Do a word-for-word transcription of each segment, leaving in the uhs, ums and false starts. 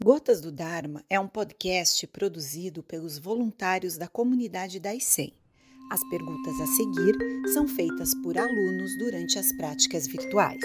Gotas do Dharma é um podcast produzido pelos voluntários da comunidade da I C E M. As perguntas a seguir são feitas por alunos durante as práticas virtuais.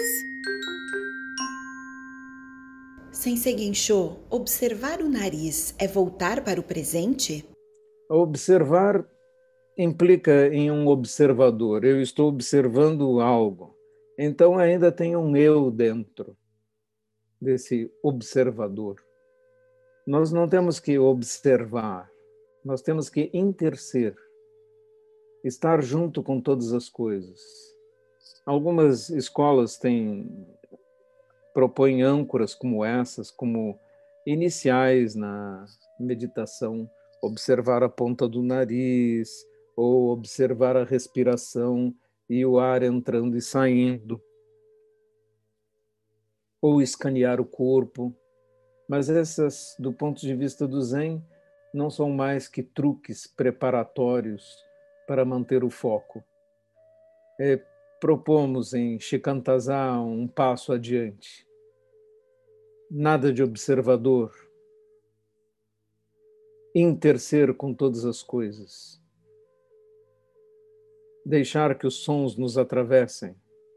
Sensei Gensho, observar o nariz é voltar para o presente? Observar implica em um observador. Eu estou observando algo. Então ainda tem um eu dentro desse observador. Nós não temos que observar, nós temos que interser, estar junto com todas as coisas. Algumas escolas têm propõem âncoras como essas, como iniciais na meditação, observar a ponta do nariz, ou observar a respiração e o ar entrando e saindo, ou escanear o corpo. Mas essas, do ponto de vista do Zen, não são mais que truques preparatórios para manter o foco. É, propomos em Shikantaza um passo adiante. Nada de observador, interser com todas as coisas, deixar que os sons nos atravessem,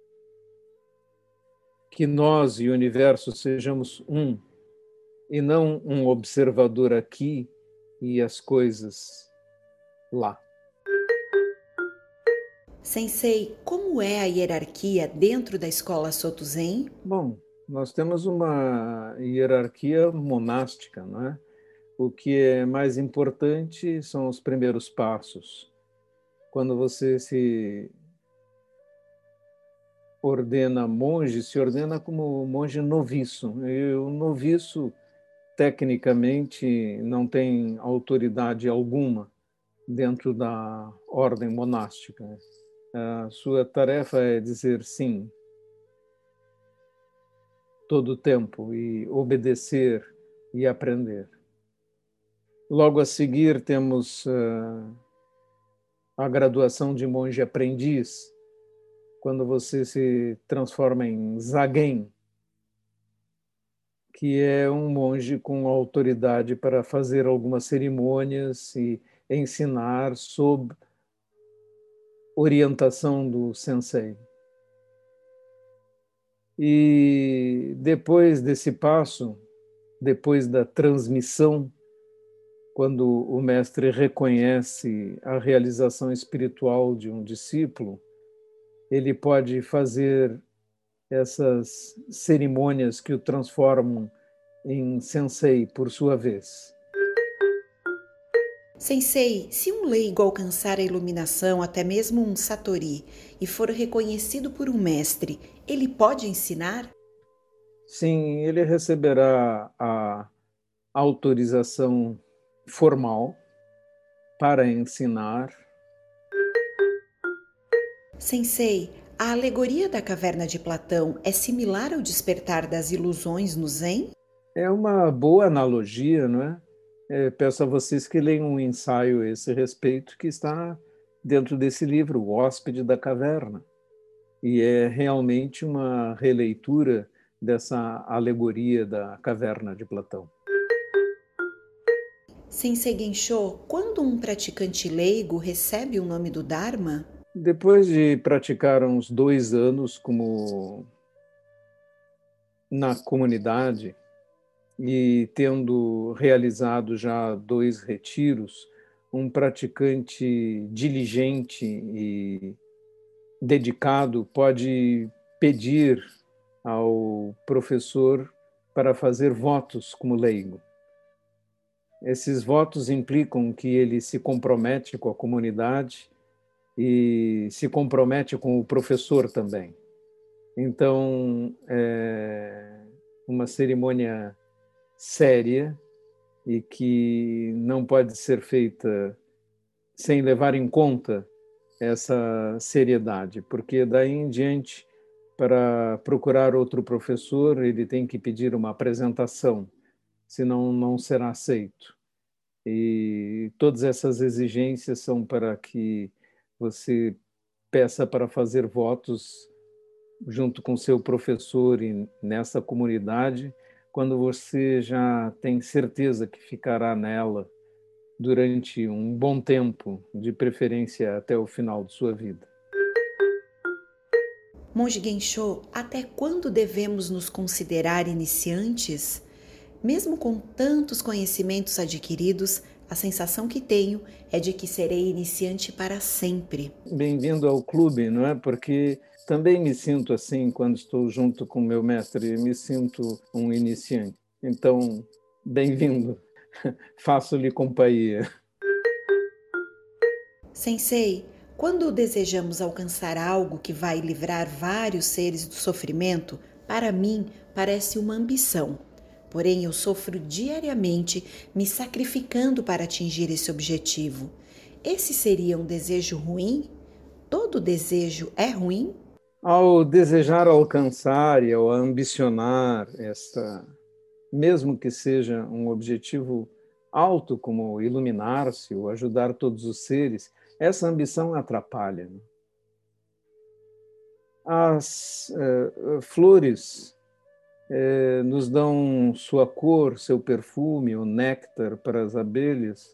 que nós e o universo sejamos um, e não um observador aqui e as coisas lá. Sensei, como é a hierarquia dentro da escola Soto Zen? Bom, nós temos uma hierarquia monástica, não é? O que é mais importante são os primeiros passos. Quando você se ordena monge, se ordena como monge noviço. E o noviço, tecnicamente, não tem autoridade alguma dentro da ordem monástica. A sua tarefa é dizer sim todo o tempo e obedecer e aprender. Logo a seguir temos uh, a graduação de monge aprendiz, quando você se transforma em zagen, que é um monge com autoridade para fazer algumas cerimônias e ensinar sob orientação do sensei. E depois desse passo, depois da transmissão, quando o mestre reconhece a realização espiritual de um discípulo, ele pode fazer essas cerimônias que o transformam em sensei por sua vez. Sensei, se um leigo alcançar a iluminação, até mesmo um satori, e for reconhecido por um mestre, ele pode ensinar? Sim, ele receberá a autorização formal para ensinar. Sensei, a alegoria da caverna de Platão é similar ao despertar das ilusões no Zen? É uma boa analogia, não é? É, peço a vocês que leiam um ensaio a esse respeito que está dentro desse livro, O Hóspede da Caverna. E é realmente uma releitura dessa alegoria da caverna de Platão. Sensei Gensho, quando um praticante leigo recebe o nome do Dharma? Depois de praticar uns dois anos como na comunidade e tendo realizado já dois retiros, um praticante diligente e dedicado pode pedir ao professor para fazer votos como leigo. Esses votos implicam que ele se compromete com a comunidade e se compromete com o professor também. Então, é uma cerimônia séria e que não pode ser feita sem levar em conta essa seriedade, porque daí em diante, para procurar outro professor, ele tem que pedir uma apresentação, senão não será aceito. E todas essas exigências são para que você peça para fazer votos junto com seu professor e nessa comunidade, quando você já tem certeza que ficará nela durante um bom tempo, de preferência até o final de sua vida. Monge Gensho, até quando devemos nos considerar iniciantes? Mesmo com tantos conhecimentos adquiridos, a sensação que tenho é de que serei iniciante para sempre. Bem-vindo ao clube, não é? Porque também me sinto assim quando estou junto com meu mestre, me sinto um iniciante. Então, bem-vindo, faço-lhe companhia. Sensei, quando desejamos alcançar algo que vai livrar vários seres do sofrimento, para mim parece uma ambição. Porém, eu sofro diariamente me sacrificando para atingir esse objetivo. Esse seria um desejo ruim? Todo desejo é ruim? Ao desejar alcançar e ao ambicionar esta, mesmo que seja um objetivo alto, como iluminar-se ou ajudar todos os seres, essa ambição atrapalha. As uh, flores uh, nos dão sua cor, seu perfume, o néctar para as abelhas,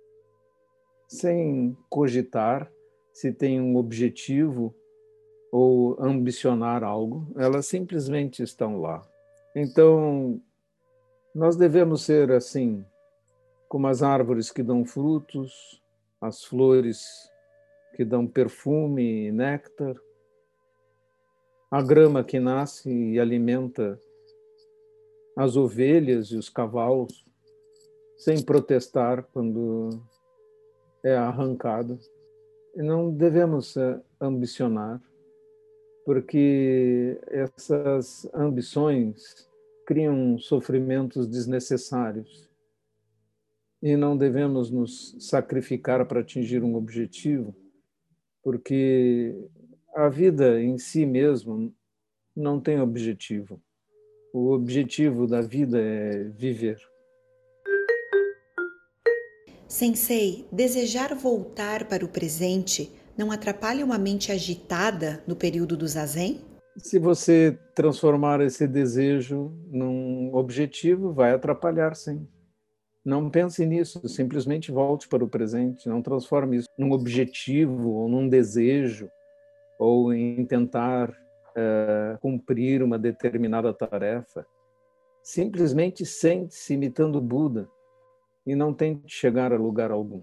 sem cogitar se tem um objetivo ou ambicionar algo, elas simplesmente estão lá. Então, nós devemos ser assim, como as árvores que dão frutos, as flores que dão perfume e néctar, a grama que nasce e alimenta as ovelhas e os cavalos, sem protestar quando é arrancado. E não devemos ambicionar, porque essas ambições criam sofrimentos desnecessários. E não devemos nos sacrificar para atingir um objetivo, porque a vida em si mesmo não tem objetivo. O objetivo da vida é viver. Sensei, desejar voltar para o presente não atrapalha uma mente agitada no período do zazen? Se você transformar esse desejo num objetivo, vai atrapalhar, sim. Não pense nisso, simplesmente volte para o presente, não transforme isso num objetivo ou num desejo ou em tentar uh, cumprir uma determinada tarefa. Simplesmente sente-se imitando Buda e não tente chegar a lugar algum.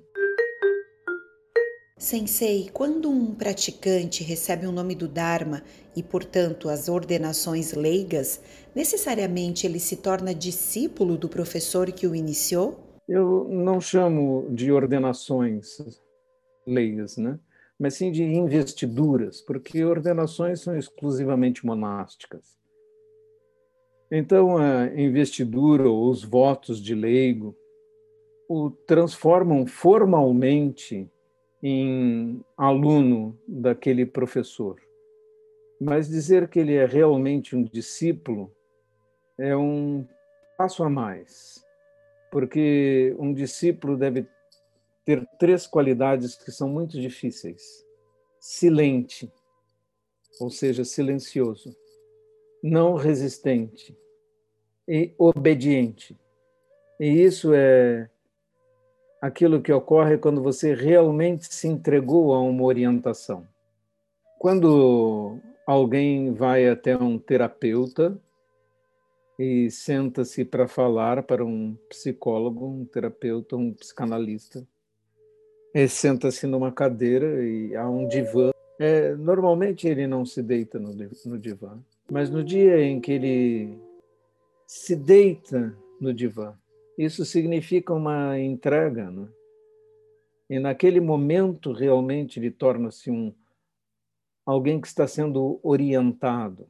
Sensei, quando um praticante recebe o nome do Dharma e, portanto, as ordenações leigas, necessariamente ele se torna discípulo do professor que o iniciou? Eu não chamo de ordenações leigas, né? Mas sim de investiduras, porque ordenações são exclusivamente monásticas. Então, a investidura ou os votos de leigo o transformam formalmente em aluno daquele professor. Mas dizer que ele é realmente um discípulo é um passo a mais, porque um discípulo deve ter três qualidades que são muito difíceis. Silente, ou seja, silencioso, não resistente e obediente. E isso é aquilo que ocorre quando você realmente se entregou a uma orientação. Quando alguém vai até um terapeuta e senta-se para falar para um psicólogo, um terapeuta, um psicanalista, e senta-se numa cadeira e há um divã. É, normalmente ele não se deita no, no divã, mas no dia em que ele se deita no divã, isso significa uma entrega, né? E naquele momento realmente ele torna-se um alguém que está sendo orientado.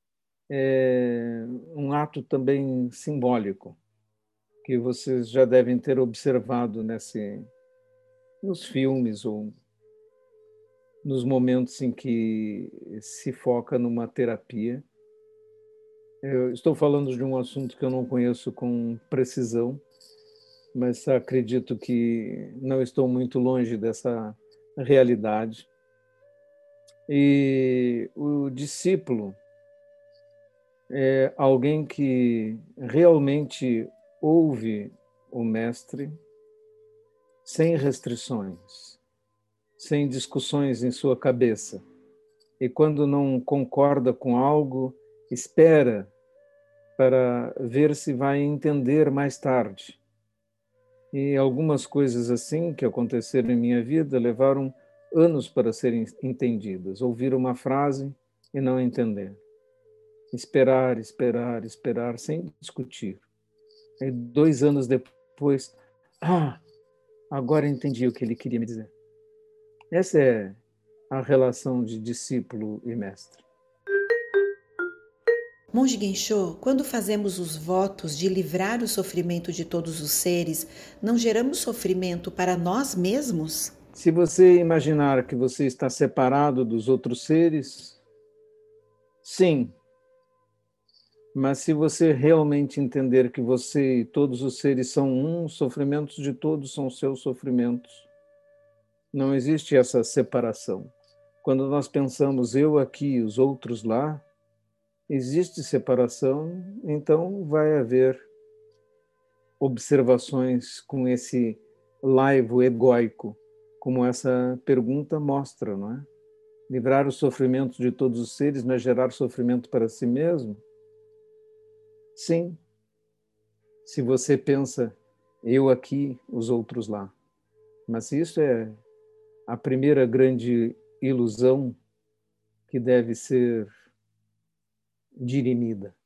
É um ato também simbólico que vocês já devem ter observado nesse, nos filmes ou nos momentos em que se foca numa terapia. Eu estou falando de um assunto que eu não conheço com precisão, mas acredito que não estou muito longe dessa realidade. E o discípulo é alguém que realmente ouve o mestre sem restrições, sem discussões em sua cabeça. E quando não concorda com algo, espera para ver se vai entender mais tarde. E algumas coisas assim que aconteceram em minha vida levaram anos para serem entendidas. Ouvir uma frase e não entender. Esperar, esperar, esperar, sem discutir. Aí, dois anos depois, ah, agora entendi o que ele queria me dizer. Essa é a relação de discípulo e mestre. Monge Gensho, quando fazemos os votos de livrar o sofrimento de todos os seres, não geramos sofrimento para nós mesmos? Se você imaginar que você está separado dos outros seres, sim. Mas se você realmente entender que você e todos os seres são um, os sofrimentos de todos são seus sofrimentos. Não existe essa separação. Quando nós pensamos eu aqui e os outros lá, existe separação, então vai haver observações com esse laivo egóico, como essa pergunta mostra, não é? Livrar os sofrimentos de todos os seres, não é gerar sofrimento para si mesmo? Sim. Se você pensa, eu aqui, os outros lá. Mas isso é a primeira grande ilusão que deve ser dirimida.